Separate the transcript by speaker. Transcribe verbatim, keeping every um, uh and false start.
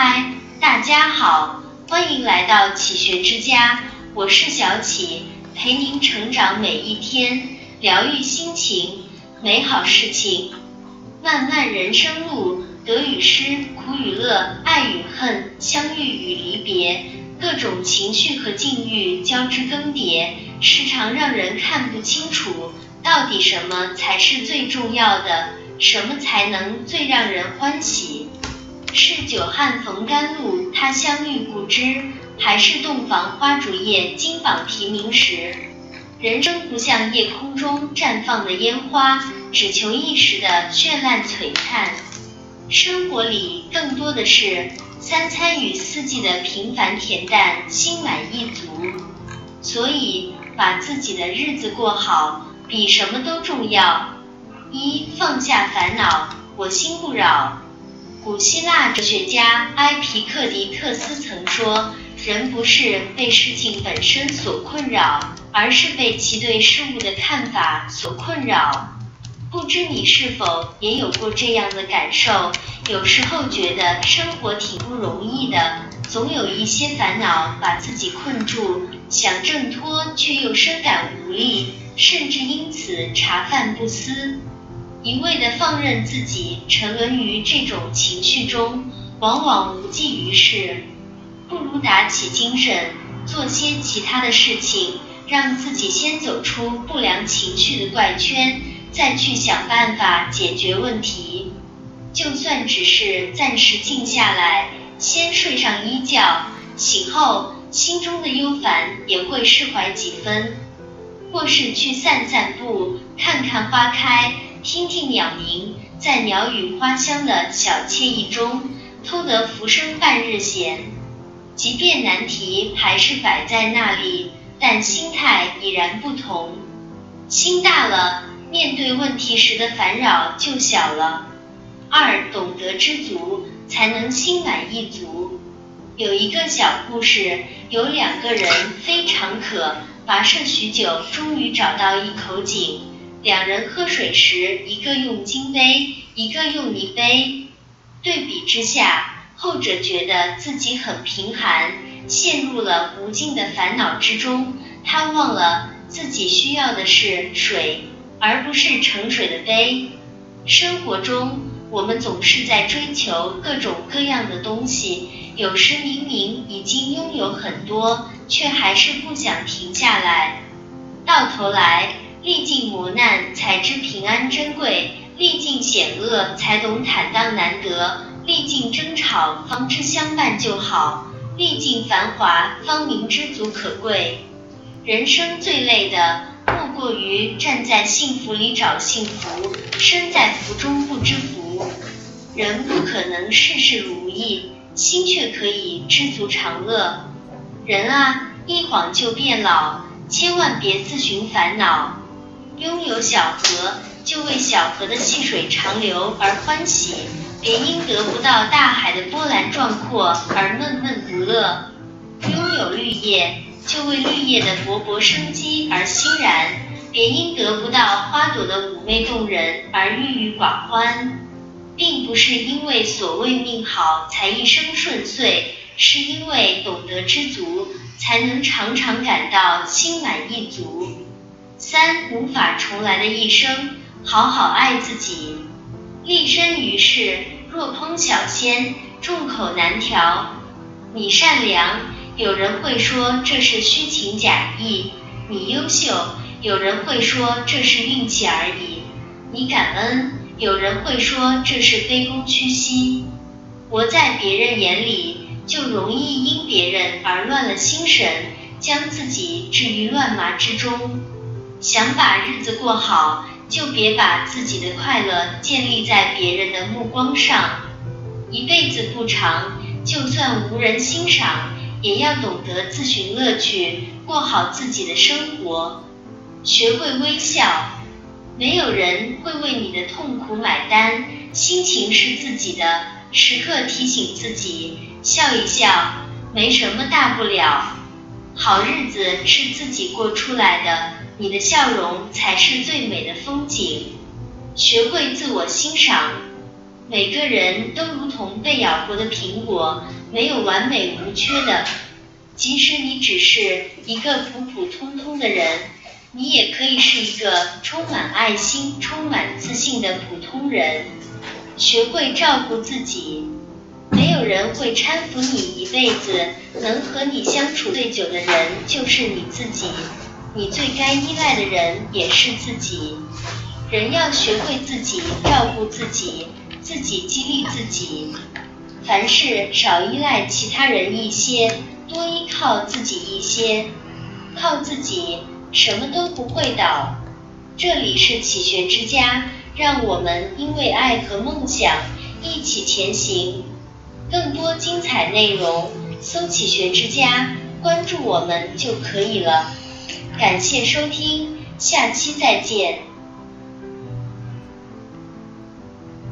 Speaker 1: 嗨，大家好，欢迎来到启学之家，我是小启，陪您成长每一天，疗愈心情，美好事情。漫漫人生路，得与失，苦与乐，爱与恨，相遇与离别，各种情绪和境遇交织更迭，时常让人看不清楚，到底什么才是最重要的，什么才能最让人欢喜？是久旱逢甘露，他乡遇故知，还是洞房花烛夜，金榜题名时？人生不像夜空中绽放的烟花，只求一时的绚烂璀璨。生活里更多的是三餐与四季的平凡恬淡，心满意足。所以把自己的日子过好，比什么都重要。一、放下烦恼，我心不扰。古希腊哲学家埃皮克迪特斯曾说，人不是被事情本身所困扰，而是被其对事物的看法所困扰。不知你是否也有过这样的感受，有时候觉得生活挺不容易的，总有一些烦恼把自己困住，想挣脱却又深感无力，甚至因此茶饭不思。一味地放任自己沉沦于这种情绪中，往往无济于事。不如打起精神，做些其他的事情，让自己先走出不良情绪的怪圈，再去想办法解决问题。就算只是暂时静下来，先睡上一觉，醒后心中的忧烦也会释怀几分。或是去散散步，看看花开，听听鸟鸣，在鸟语花香的小惬意中，偷得浮生半日闲。即便难题还是摆在那里，但心态已然不同。心大了，面对问题时的烦扰就小了。二、懂得知足，才能心满意足。有一个小故事，有两个人非常渴，跋涉许久，终于找到一口井。两人喝水时，一个用金杯，一个用泥杯。对比之下，后者觉得自己很贫寒，陷入了无尽的烦恼之中。他忘了自己需要的是水，而不是盛水的杯。生活中，我们总是在追求各种各样的东西，有时明明已经拥有很多，却还是不想停下来。到头来，历尽磨难才知平安珍贵，历尽险恶才懂坦荡难得，历尽争吵方知相伴就好，历尽繁华方明知足可贵。人生最累的莫过于站在幸福里找幸福，身在福中不知福。人不可能事事如意，心却可以知足常乐。人啊，一晃就变老，千万别自寻烦恼。拥有小河，就为小河的细水长流而欢喜，别因得不到大海的波澜壮阔而闷闷不乐。拥有绿叶，就为绿叶的勃勃生机而欣然，别因得不到花朵的妩媚动人而郁郁寡欢。并不是因为所谓命好才一生顺遂，是因为懂得知足，才能常常感到心满意足。三、无法重来的一生，好好爱自己。立身于世，若烹小鲜，众口难调。你善良，有人会说这是虚情假意；你优秀，有人会说这是运气而已；你感恩，有人会说这是卑躬屈膝。活在别人眼里，就容易因别人而乱了心神，将自己置于乱麻之中。想把日子过好，就别把自己的快乐建立在别人的目光上。一辈子不长，就算无人欣赏，也要懂得自寻乐趣，过好自己的生活。学会微笑，没有人会为你的痛苦买单，心情是自己的，时刻提醒自己，笑一笑，没什么大不了。好日子是自己过出来的，你的笑容才是最美的风景。学会自我欣赏， 每个人都如同被咬过的苹果，没有完美无缺的。即使你只是一个普普通通的人，你也可以是一个充满爱心、充满自信的普通人。学会照顾自己，没有人会搀扶你一辈子，能和你相处最久的人就是你自己，你最该依赖的人也是自己。人要学会自己照顾自己，自己激励自己，凡事少依赖其他人一些，多依靠自己一些，靠自己什么都不会倒。这里是启学之家，让我们因为爱和梦想一起前行。更多精彩内容，搜启学之家，关注我们就可以了。感谢收听，下期再见。